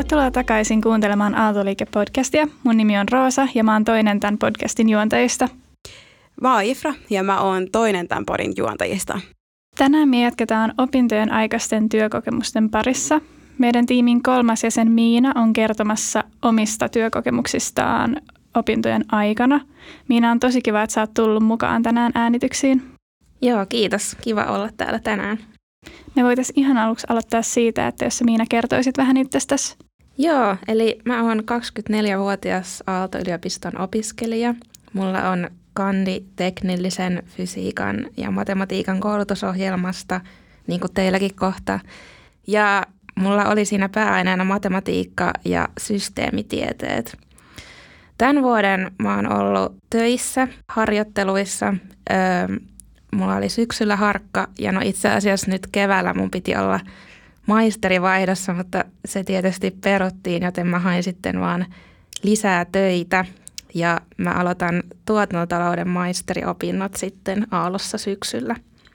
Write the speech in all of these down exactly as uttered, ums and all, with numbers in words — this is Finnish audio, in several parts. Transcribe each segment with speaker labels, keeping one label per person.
Speaker 1: Tervetuloa takaisin kuuntelemaan Aaltoliike-podcastia. Mun nimi on Roosa ja mä oon toinen tämän podcastin juontajista.
Speaker 2: Mä oon Ifra ja mä oon toinen tämän podin juontajista.
Speaker 1: Tänään me jatketaan opintojen aikaisten työkokemusten parissa. Meidän tiimin kolmas jäsen Miina on kertomassa omista työkokemuksistaan opintojen aikana. Miina, on tosi kiva, että sä oot tullut mukaan tänään äänityksiin.
Speaker 3: Joo, kiitos. Kiva olla täällä tänään.
Speaker 1: Me voitaisiin ihan aluksi aloittaa siitä, että jos Miina kertoisit vähän itsestäsi.
Speaker 3: Joo, eli mä oon kaksikymmentäneljävuotias Aalto-yliopiston opiskelija. Mulla on kandi teknillisen fysiikan ja matematiikan koulutusohjelmasta, niin kuin teilläkin kohta. Ja mulla oli siinä pääaineena matematiikka ja systeemitieteet. Tämän vuoden mä oon ollut töissä, harjoitteluissa. Öö, mulla oli syksyllä harkka ja no itse asiassa nyt keväällä mun piti olla maisterivaihdossa, mutta se tietysti peruttiin, joten mä hain sitten vaan lisää töitä. Ja mä aloitan tuotantotalouden maisteriopinnot sitten Aallossa syksyllä.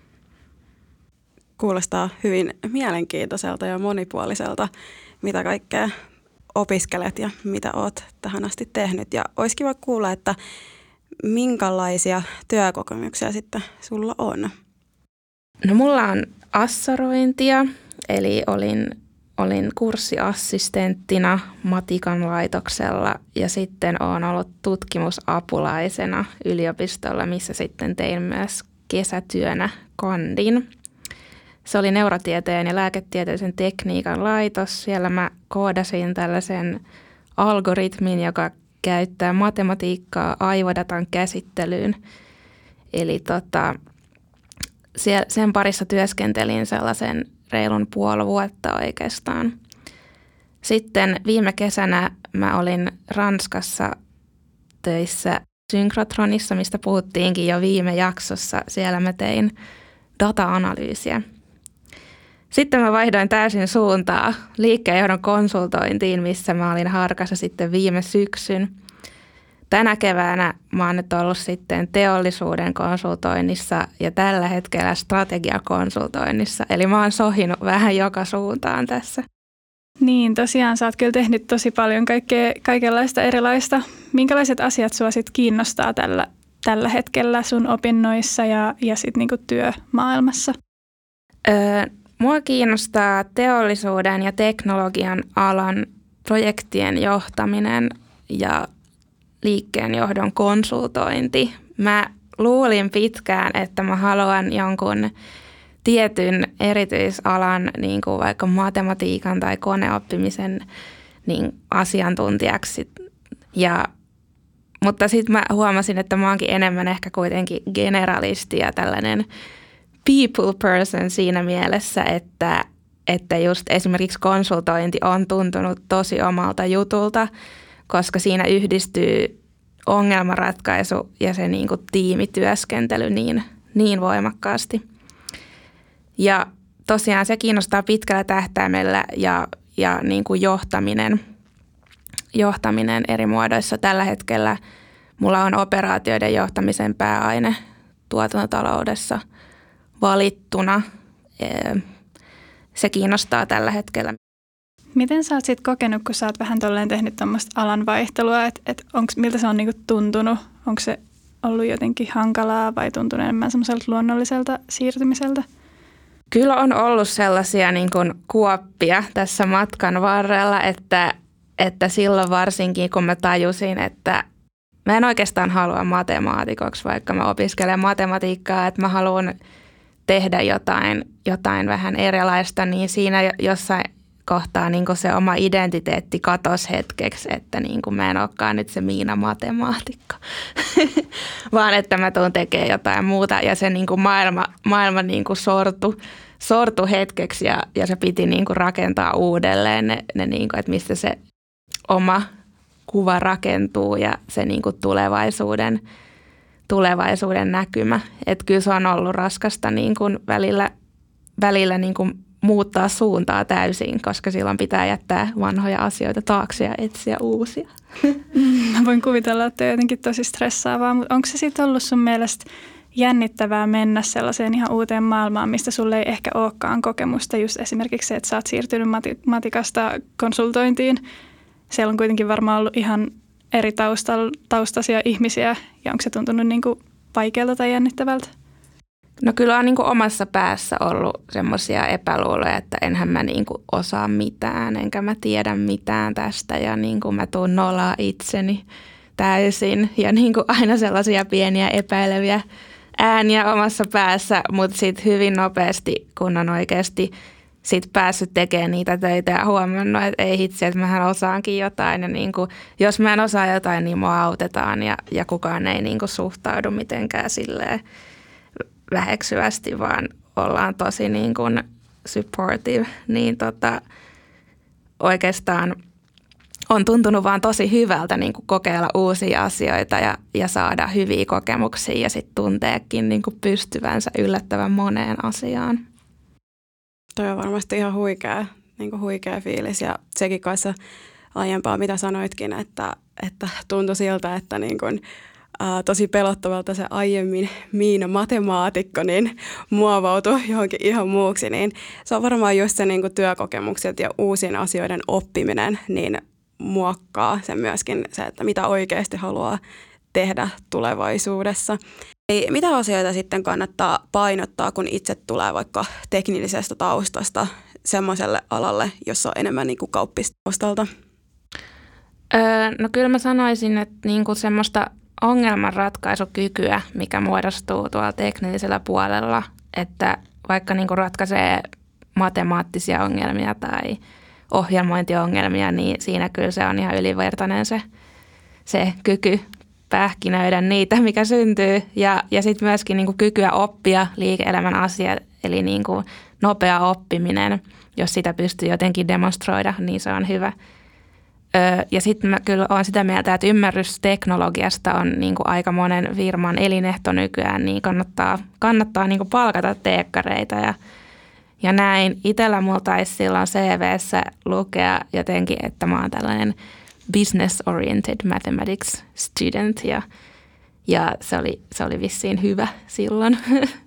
Speaker 2: Kuulostaa hyvin mielenkiintoiselta ja monipuoliselta, mitä kaikkea opiskelet ja mitä oot tähän asti tehnyt. Ja olisi kiva kuulla, että minkälaisia työkokemuksia sitten sulla on?
Speaker 3: No mulla on assorointia, eli olin, olin kurssiassistenttina Matikan laitoksella ja sitten olen ollut tutkimusapulaisena yliopistolla, missä sitten tein myös kesätyönä kandin. Se oli neurotieteen ja lääketieteellisen tekniikan laitos. Siellä mä koodasin tällaisen algoritmin, joka käyttää matematiikkaa aivodatan käsittelyyn. Eli tota, sen parissa työskentelin sellaisen reilun puoli vuotta oikeastaan. Sitten viime kesänä mä olin Ranskassa töissä synkrotronissa, mistä puhuttiinkin jo viime jaksossa. Siellä mä tein data-analyysiä. Sitten mä vaihdoin täysin suuntaa liikkeenjohdon konsultointiin, missä mä olin harkassa sitten viime syksyn. Tänä keväänä mä oon nyt ollut sitten teollisuuden konsultoinnissa ja tällä hetkellä strategiakonsultoinnissa. Eli mä oon sohinut vähän joka suuntaan tässä.
Speaker 1: Niin, tosiaan sä oot kyllä tehnyt tosi paljon kaikkea, kaikenlaista erilaista. Minkälaiset asiat sua sit kiinnostaa tällä, tällä hetkellä sun opinnoissa ja, ja sit niinku työmaailmassa?
Speaker 3: Öö, Mua kiinnostaa teollisuuden ja teknologian alan projektien johtaminen ja liikkeenjohdon konsultointi. Mä luulin pitkään, että mä haluan jonkun tietyn erityisalan, niin kuin vaikka matematiikan tai koneoppimisen niin asiantuntijaksi. Ja, mutta sitten mä huomasin, että mä oonkin enemmän ehkä kuitenkin generalisti ja tällainen people person siinä mielessä, että, että just esimerkiksi konsultointi on tuntunut tosi omalta jutulta, koska siinä yhdistyy ongelmanratkaisu ja se niin kuin tiimityöskentely niin, niin voimakkaasti. Ja tosiaan se kiinnostaa pitkällä tähtäimellä ja, ja niin kuin johtaminen, johtaminen eri muodoissa. Tällä hetkellä mulla on operaatioiden johtamisen pääaine tuotantotaloudessa valittuna. Se kiinnostaa tällä hetkellä.
Speaker 1: Miten sä oot sit kokenut, kun sä oot vähän tolleen tehnyt tuommoista alanvaihtelua, että et miltä se on niinku tuntunut? Onko se ollut jotenkin hankalaa vai tuntunut enemmän semmoiselta luonnolliselta siirtymiseltä?
Speaker 3: Kyllä on ollut sellaisia niin kuin kuoppia tässä matkan varrella, että, että silloin varsinkin kun mä tajusin, että mä en oikeastaan halua matemaatikoksi, vaikka mä opiskelen matematiikkaa, että mä haluan tehdä jotain, jotain vähän erilaista, niin siinä jossain kohtaa niin kuin se oma identiteetti katosi hetkeksi, että niin kuin mä en olekaan nyt se Miina matemaatikko, vaan että mä tuun tekemään jotain muuta ja se niin kuin maailma, maailma niin kuin sortui, sortui hetkeksi ja, ja se piti niin kuin rakentaa uudelleen, ne, ne niin kuin, että mistä se oma kuva rakentuu ja se niin kuin tulevaisuuden, tulevaisuuden näkymä. Että kyllä se on ollut raskasta niin kuin välillä, välillä niin kuin muuttaa suuntaa täysin, koska silloin pitää jättää vanhoja asioita taakse ja etsiä uusia.
Speaker 1: Mä voin kuvitella, että on jotenkin tosi stressaavaa, mutta onko se sitten ollut sun mielestä jännittävää mennä sellaiseen ihan uuteen maailmaan, mistä sulle ei ehkä olekaan kokemusta. Just esimerkiksi se, että sä oot siirtynyt mati- matikasta konsultointiin. Siellä on kuitenkin varmaan ollut ihan eri taustal- taustaisia ihmisiä, ja onko se tuntunut niin kuin vaikealta tai jännittävältä?
Speaker 3: No kyllä on niin kuin omassa päässä ollut semmoisia epäluuloja, että enhän mä niin kuin osaa mitään, enkä mä tiedä mitään tästä ja niin kuin mä tuun nolaa itseni täysin. Ja niin kuin aina sellaisia pieniä epäileviä ääniä omassa päässä, mutta sitten hyvin nopeasti, kun on oikeasti sit päässyt tekemään niitä töitä ja huomannut, että ei hitsi, että mähän osaankin jotain. Ja niin kuin, jos mä en osaa jotain, niin mua autetaan ja, ja kukaan ei niin kuin suhtaudu mitenkään silleen väheksyvästi, vaan ollaan tosi niin kuin supportive, niin tota, oikeastaan on tuntunut vaan tosi hyvältä niin kuin kokeilla uusia asioita ja, ja saada hyviä kokemuksia ja sitten tunteekin niin kuin pystyvänsä yllättävän moneen asiaan.
Speaker 2: Toi on varmasti ihan huikea, niin kuin huikea fiilis ja sekin kanssa aiempaa, mitä sanoitkin, että, että tuntui siltä, että niin kuin Ää, tosi pelottavalta se aiemmin Miina matemaatikko niin muovautui johonkin ihan muuksi, niin se on varmaan just se niin kuin työkokemukset ja uusien asioiden oppiminen, niin muokkaa sen myöskin se, että mitä oikeasti haluaa tehdä tulevaisuudessa. Eli mitä asioita sitten kannattaa painottaa, kun itse tulee vaikka teknillisestä taustasta semmoiselle alalle, jossa on enemmän niin kuin kauppistaustalta?
Speaker 3: Öö, no kyllä mä sanoisin, että niin kuin semmoista ongelmanratkaisukykyä, mikä muodostuu tuolla teknisellä puolella, että vaikka niin kuin ratkaisee matemaattisia ongelmia tai ohjelmointiongelmia, niin siinä kyllä se on ihan ylivertainen se, se kyky pähkinöidä niitä, mikä syntyy. Ja, ja sitten myöskin niin kuin kykyä oppia liike-elämän asiat, eli niin kuin nopea oppiminen, jos sitä pystyy jotenkin demonstroida, niin se on hyvä. Ja sitten mä kyllä olen sitä mieltä, että ymmärrys teknologiasta on niin kuin aika monen firman elinehto nykyään, niin kannattaa, kannattaa niin kuin palkata teekkareita ja, ja näin. Itsellä mulla taisi silloin C V:ssä lukea jotenkin, että mä oon tällainen business-oriented mathematics student ja, ja se, oli, se oli vissiin hyvä silloin.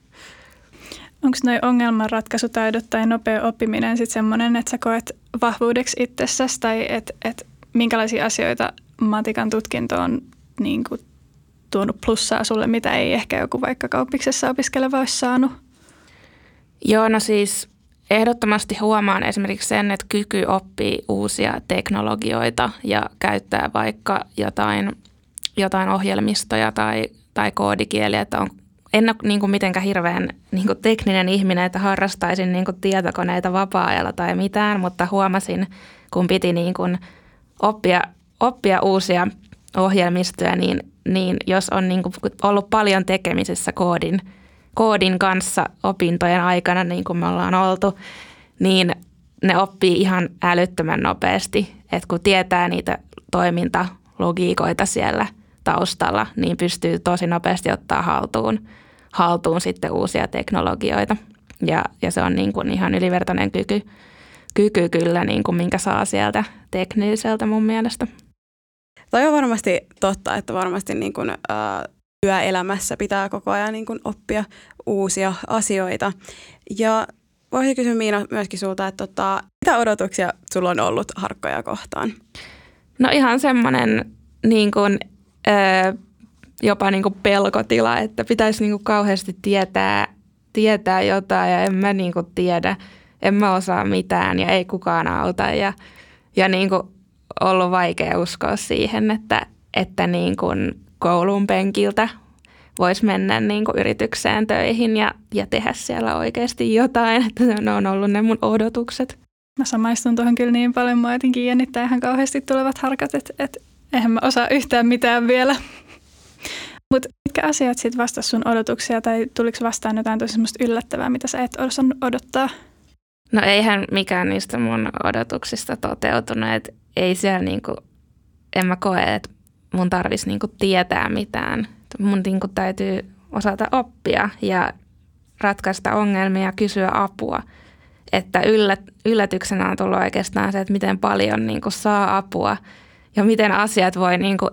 Speaker 1: Onko nuo ongelmanratkaisutaidot tai nopea oppiminen sitten semmoinen, että sä koet vahvuudeksi itsessäsi tai että et minkälaisia asioita matikan tutkinto on niin kuin tuonut plussaa sulle, mitä ei ehkä joku vaikka kauppiksessa opiskeleva olisi saanut?
Speaker 3: Joo, no siis ehdottomasti huomaan esimerkiksi sen, että kyky oppii uusia teknologioita ja käyttää vaikka jotain, jotain ohjelmistoja tai, tai koodikieliä, että on en ole niin kuin mitenkään hirveän niin kuin tekninen ihminen, että harrastaisin niin kuin tietokoneita vapaa-ajalla tai mitään, mutta huomasin, kun piti niin kuin oppia, oppia uusia ohjelmistoja, niin, niin jos on niin kuin ollut paljon tekemisissä koodin, koodin kanssa opintojen aikana, niin kuin me ollaan oltu, niin ne oppii ihan älyttömän nopeasti, että kun tietää niitä toimintalogiikoita siellä taustalla, niin pystyy tosi nopeasti ottaa haltuun, haltuun sitten uusia teknologioita. Ja, ja se on niin kuin ihan ylivertainen kyky, kyky kyllä, niin kuin minkä saa sieltä tekniseltä mun mielestä.
Speaker 2: Toi on varmasti totta, että varmasti niin kuin, ä, työelämässä pitää koko ajan niin kuin oppia uusia asioita. Ja voisin kysyä Miina myöskin sulta, että tota, mitä odotuksia sulla on ollut Harkkoja kohtaan?
Speaker 3: No ihan semmoinen niin kuin jopa niin kuin pelkotila, että pitäisi niin kuin kauheasti tietää, tietää jotain ja en mä niin kuin tiedä, en mä osaa mitään ja ei kukaan auta ja, ja niin kuin ollut vaikea uskoa siihen, että, että niin kuin koulun penkiltä voisi mennä niin kuin yritykseen töihin ja, ja tehdä siellä oikeasti jotain, että ne on ollut ne mun odotukset.
Speaker 1: Mä samaistun tuohon kyllä niin paljon, mua jotenkin jännittää ihan kauheasti tulevat harkat, että, että eihän mä osaa yhtään mitään vielä. Mutta mitkä asiat sitten vastasi sun odotuksia tai tuliko vastaan jotain tosi semmoista yllättävää, mitä sä et osannut odottaa?
Speaker 3: No eihän mikään niistä mun odotuksista toteutunut. Et ei siellä niinku, en mä koe, että mun tarvitsisi niinku tietää mitään. Mun niinku täytyy osata oppia ja ratkaista ongelmia ja kysyä apua. Että yllät, yllätyksenä on tullut oikeastaan se, että miten paljon niinku saa apua ja miten asiat voi niinku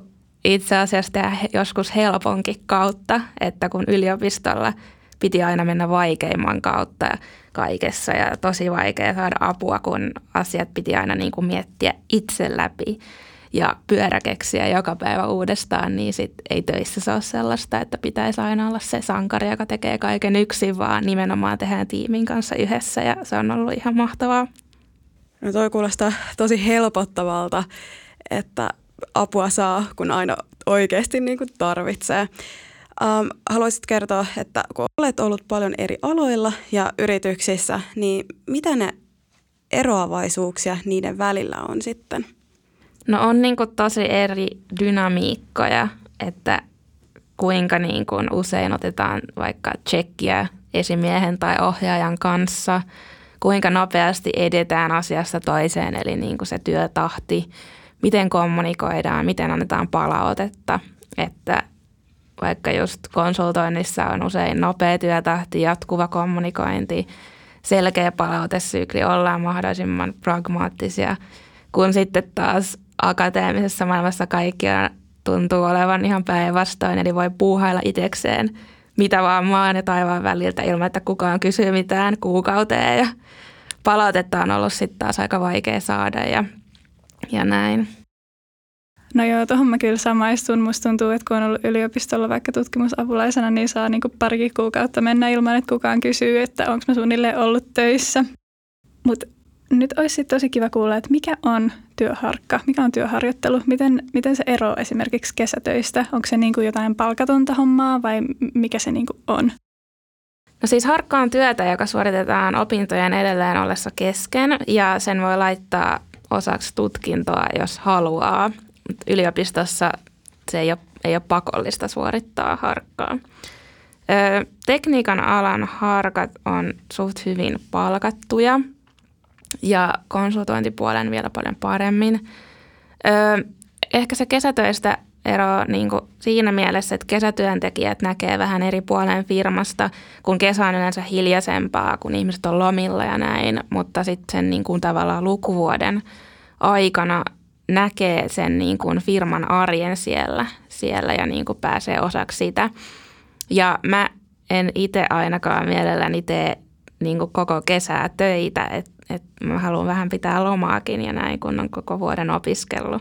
Speaker 3: itse asiassa tehdä joskus helponkin kautta, että kun yliopistolla piti aina mennä vaikeimman kautta kaikessa ja tosi vaikea saada apua, kun asiat piti aina niin kuin miettiä itse läpi ja pyöräkeksiä joka päivä uudestaan, niin sit ei töissä se ole sellaista, että pitäisi aina olla se sankari, joka tekee kaiken yksin, vaan nimenomaan tehdään tiimin kanssa yhdessä ja se on ollut ihan mahtavaa.
Speaker 2: No toi kuulostaa tosi helpottavalta, että apua saa, kun aina oikeasti niin kuin tarvitsee. Um, haluaisit kertoa, että kun olet ollut paljon eri aloilla ja yrityksissä, niin mitä ne eroavaisuuksia niiden välillä on sitten?
Speaker 3: No on niin kuin tosi eri dynamiikkoja, että kuinka niin kuin usein otetaan vaikka tsekkiä esimiehen tai ohjaajan kanssa, kuinka nopeasti edetään asiasta toiseen, eli niin kuin se työtahti, miten kommunikoidaan, miten annetaan palautetta, että vaikka just konsultoinnissa on usein nopea työtahti, jatkuva kommunikointi, selkeä palautesykli, ollaan mahdollisimman pragmaattisia, kun sitten taas akateemisessa maailmassa kaikki tuntuu olevan ihan päinvastoin, eli voi puuhailla itsekseen mitä vaan maan ja taivaan väliltä ilman, että kukaan kysyy mitään kuukauteen ja palautetta on ollut sitten taas aika vaikea saada ja, ja näin.
Speaker 1: No joo, tuohon mä kyllä samaistun. Musta tuntuu, että kun on ollut yliopistolla vaikka tutkimusapulaisena, niin saa niinku parikin kuukautta mennä ilman, että kukaan kysyy, että onko mä suunnilleen ollut töissä. Mutta nyt olisi tosi kiva kuulla, että mikä on työharkka, mikä on työharjoittelu, miten, miten se eroaa esimerkiksi kesätöistä? Onko se niinku jotain palkatonta hommaa vai mikä se niinku on?
Speaker 3: No siis harkka on työtä, joka suoritetaan opintojen edelleen ollessa kesken ja sen voi laittaa osaksi tutkintoa, jos haluaa. Yliopistossa se ei ole, ei ole pakollista suorittaa harkkaa. Ö, tekniikan alan harkat on suht hyvin palkattuja ja konsultointipuolen vielä paljon paremmin. Ö, ehkä se kesätöistä eroaa niin kuin siinä mielessä, että kesätyöntekijät näkee vähän eri puolen firmasta, kun kesä on yleensä hiljaisempaa, kun ihmiset on lomilla ja näin, mutta sitten sen niin kuin tavallaan lukuvuoden aikana näkee sen niin kuin firman arjen siellä, siellä ja niin kuin pääsee osaksi sitä. Ja mä en itse ainakaan mielelläni tee niin kuin koko kesää töitä, että et mä haluan vähän pitää lomaakin ja näin, kun on koko vuoden opiskellut.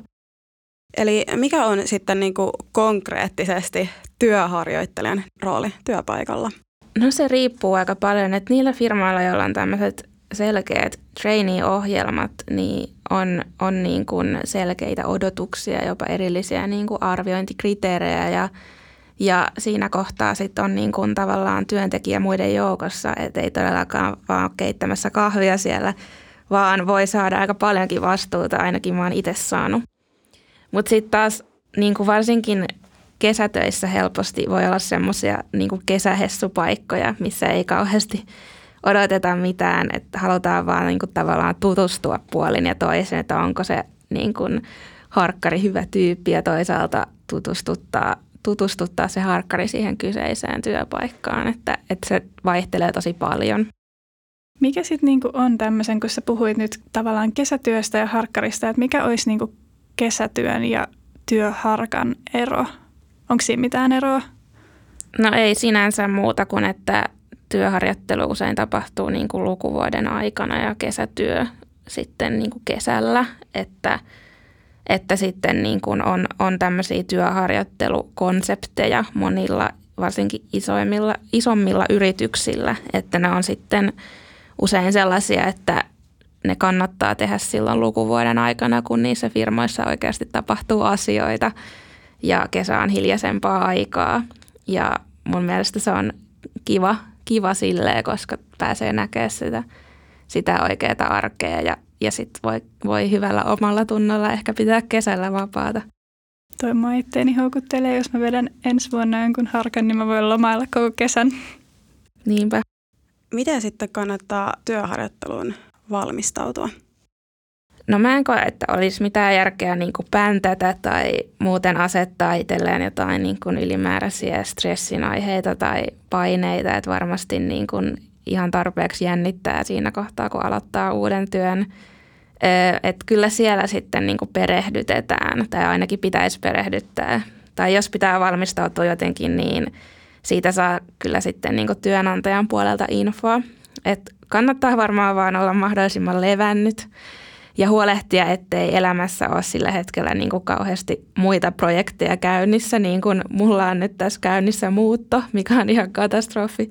Speaker 2: Eli mikä on sitten niin kuin konkreettisesti työharjoittelijan rooli työpaikalla?
Speaker 3: No se riippuu aika paljon, että niillä firmoilla, joilla on tämmöiset selkeät trainee-ohjelmat, niin on, on niin kuin selkeitä odotuksia, jopa erillisiä niin kuin arviointikriteerejä ja, ja siinä kohtaa sitten on niin kuin tavallaan työntekijä muiden joukossa, että ei todellakaan vaan keittämässä kahvia siellä, vaan voi saada aika paljonkin vastuuta, ainakin mä oon itse saanut. Mutta sitten taas niin kuin varsinkin kesätöissä helposti voi olla semmoisia niin kuin kesähessupaikkoja, missä ei kauheasti odoteta mitään, että halutaan vaan niin kuin tavallaan tutustua puolin ja toisin, että onko se niin kuin harkkari hyvä tyyppi ja toisaalta tutustuttaa, tutustuttaa se harkkari siihen kyseiseen työpaikkaan, että, että se vaihtelee tosi paljon.
Speaker 1: Mikä sitten niinku on tämmöisen, kun sä puhuit nyt tavallaan kesätyöstä ja harkkarista, että mikä olisi niinku kesätyön ja työharkan ero? Onko siinä mitään eroa?
Speaker 3: No ei sinänsä muuta kuin, että työharjoittelu usein tapahtuu niin kuin lukuvuoden aikana ja kesätyö sitten niin kuin kesällä, että, että sitten niin kuin on, on tämmöisiä työharjoittelukonsepteja monilla, varsinkin isoimmilla, isommilla yrityksillä, että ne on sitten usein sellaisia, että ne kannattaa tehdä silloin lukuvuoden aikana, kun niissä firmoissa oikeasti tapahtuu asioita ja kesä on hiljaisempaa aikaa ja mun mielestä se on kiva, kiva silleen, koska pääsee näkemään sitä, sitä oikeaa arkea ja, ja sitten voi, voi hyvällä omalla tunnolla ehkä pitää kesällä vapaata.
Speaker 1: Toi mua itteeni houkuttelee, jos mä vedän ensi vuonna jonkun harkan, niin mä voin lomailla koko kesän.
Speaker 3: Niinpä.
Speaker 2: Miten sitten kannattaa työharjoitteluun valmistautua?
Speaker 3: No mä en koe, että olisi mitään järkeä niin kuin päntätä tai muuten asettaa itselleen jotain niin kuin ylimääräisiä stressin aiheita tai paineita, että varmasti niin kuin ihan tarpeeksi jännittää siinä kohtaa, kun aloittaa uuden työn. Että kyllä siellä sitten niin kuin perehdytetään tai ainakin pitäisi perehdyttää. Tai jos pitää valmistautua jotenkin, niin siitä saa kyllä sitten niin kuin työnantajan puolelta infoa. Että kannattaa varmaan vaan olla mahdollisimman levännyt ja huolehtia, ettei elämässä ole sillä hetkellä niin kuin kauheasti muita projekteja käynnissä, niin kuin mulla on nyt tässä käynnissä muutto, mikä on ihan katastrofi.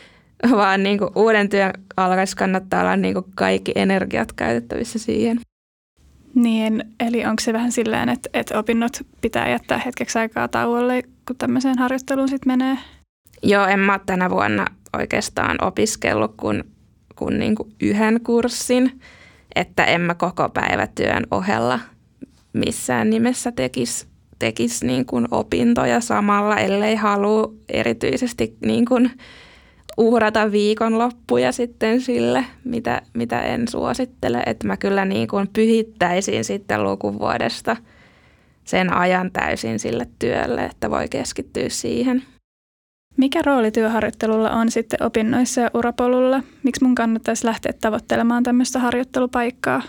Speaker 3: Vaan niin kuin uuden työn alkaessa kannattaa olla niin kuin kaikki energiat käytettävissä siihen.
Speaker 1: Niin, eli onko se vähän silleen, että, että opinnot pitää jättää hetkeksi aikaa tauolle, kun tämmöiseen harjoitteluun sitten menee?
Speaker 3: Joo, en mä ole tänä vuonna oikeastaan opiskellut kuin, kuin, niin kuin yhden kurssin, että en mä koko päivätyön ohella missään nimessä tekisi tekis niin kuin opintoja samalla, ellei halua erityisesti niin kuin uhrata viikonloppuja sitten sille, mitä, mitä en suosittele. Että mä kyllä niin kuin pyhittäisin sitten lukuvuodesta sen ajan täysin sille työlle, että voi keskittyä siihen.
Speaker 1: Mikä rooli työharjoittelulla on sitten opinnoissa ja urapolulla? Miksi mun kannattaisi lähteä tavoittelemaan tämmöistä harjoittelupaikkaa?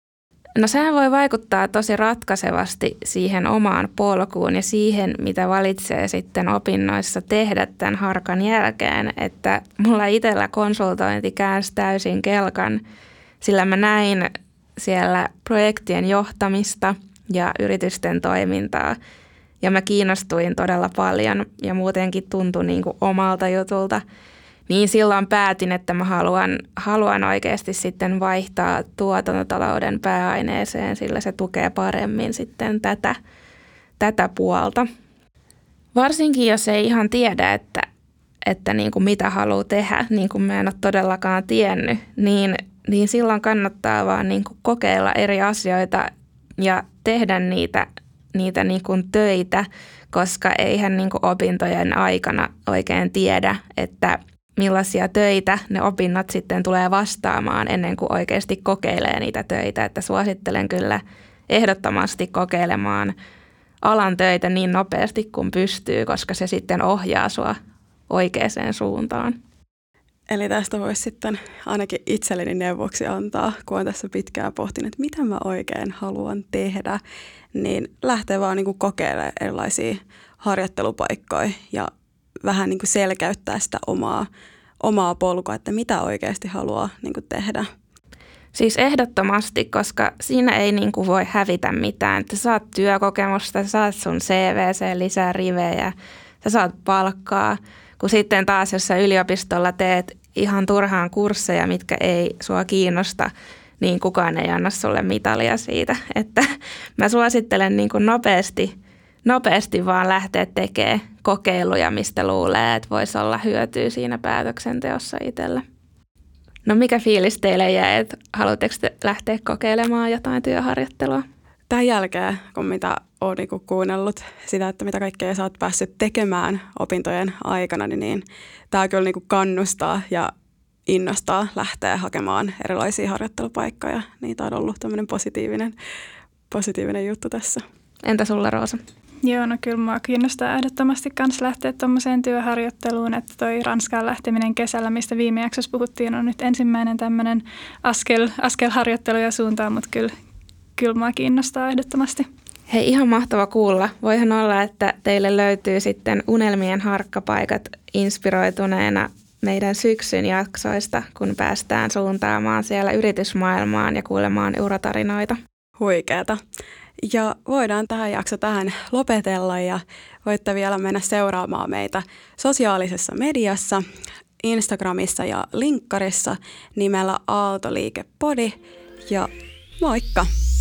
Speaker 3: No sehän voi vaikuttaa tosi ratkaisevasti siihen omaan polkuun ja siihen, mitä valitsee sitten opinnoissa tehdä tämän harkan jälkeen. Että mulla itsellä konsultointi käänsi täysin kelkan, sillä mä näin siellä projektien johtamista ja yritysten toimintaa. Ja mä kiinnostuin todella paljon ja muutenkin tuntui niin kuin omalta jutulta. Niin silloin päätin, että mä haluan, haluan oikeasti sitten vaihtaa tuotantotalouden pääaineeseen, sillä se tukee paremmin sitten tätä, tätä puolta. Varsinkin jos ei ihan tiedä, että, että niin kuin mitä haluaa tehdä, niin kuin mä en ole todellakaan tiennyt, niin, niin silloin kannattaa vaan niin kuin kokeilla eri asioita ja tehdä niitä, niitä niin kuin töitä, koska eihän niin kuin opintojen aikana oikein tiedä, että millaisia töitä ne opinnot sitten tulee vastaamaan ennen kuin oikeasti kokeilee niitä töitä. Että suosittelen kyllä ehdottomasti kokeilemaan alan töitä niin nopeasti kuin pystyy, koska se sitten ohjaa sua oikeaan suuntaan.
Speaker 2: Eli tästä voisi sitten ainakin itselleni neuvoksi antaa, kun olen tässä pitkään pohtinut, että mitä mä oikein haluan tehdä, niin lähtee vaan niin kuin kokeilemaan erilaisia harjoittelupaikkoja ja vähän niin kuin selkeyttää sitä omaa, omaa polkua, että mitä oikeasti haluaa niin kuin tehdä.
Speaker 3: Siis ehdottomasti, koska siinä ei niin kuin voi hävitä mitään. Että sä saat työkokemusta, sä saat sun C V:seen lisää rivejä, sä saat palkkaa. Kun sitten taas, jos sä yliopistolla teet ihan turhaan kursseja, mitkä ei sua kiinnosta, niin kukaan ei anna sulle mitalia siitä. Että mä suosittelen niin kuin nopeasti, nopeasti vaan lähteä tekemään kokeiluja, mistä luulee, että voisi olla hyötyä siinä päätöksenteossa itsellä. No mikä fiilis teille jäi, että haluatteko te lähteä kokeilemaan jotain työharjoittelua?
Speaker 2: Tämän jälkeen, kun mitä olen niin kuin kuunnellut sitä, että mitä kaikkea sä oot päässyt tekemään opintojen aikana, niin, niin tämä kyllä niin kuin kannustaa ja innostaa lähteä hakemaan erilaisia harjoittelupaikkoja. Niitä on ollut tämmöinen positiivinen, positiivinen juttu tässä.
Speaker 3: Entä sulla, Roosa?
Speaker 1: Joo, no kyllä mua kiinnostaa ehdottomasti myös lähteä tuommoiseen työharjoitteluun, että toi Ranskaan lähteminen kesällä, mistä viime jaksossa puhuttiin, on nyt ensimmäinen tämmöinen askel, askel harjoitteluja suuntaan, mutta kyllä, kyllä mua kiinnostaa ehdottomasti.
Speaker 3: Hei, ihan mahtava kuulla. Voihan olla, että teille löytyy sitten unelmien harkkapaikat inspiroituneena meidän syksyn jaksoista, kun päästään suuntaamaan siellä yritysmaailmaan ja kuulemaan uratarinoita.
Speaker 2: Huikeeta. Ja voidaan tähän jakso tähän lopetella ja voitte vielä mennä seuraamaan meitä sosiaalisessa mediassa, Instagramissa ja linkkarissa nimellä Aaltoliike Podi ja moikka!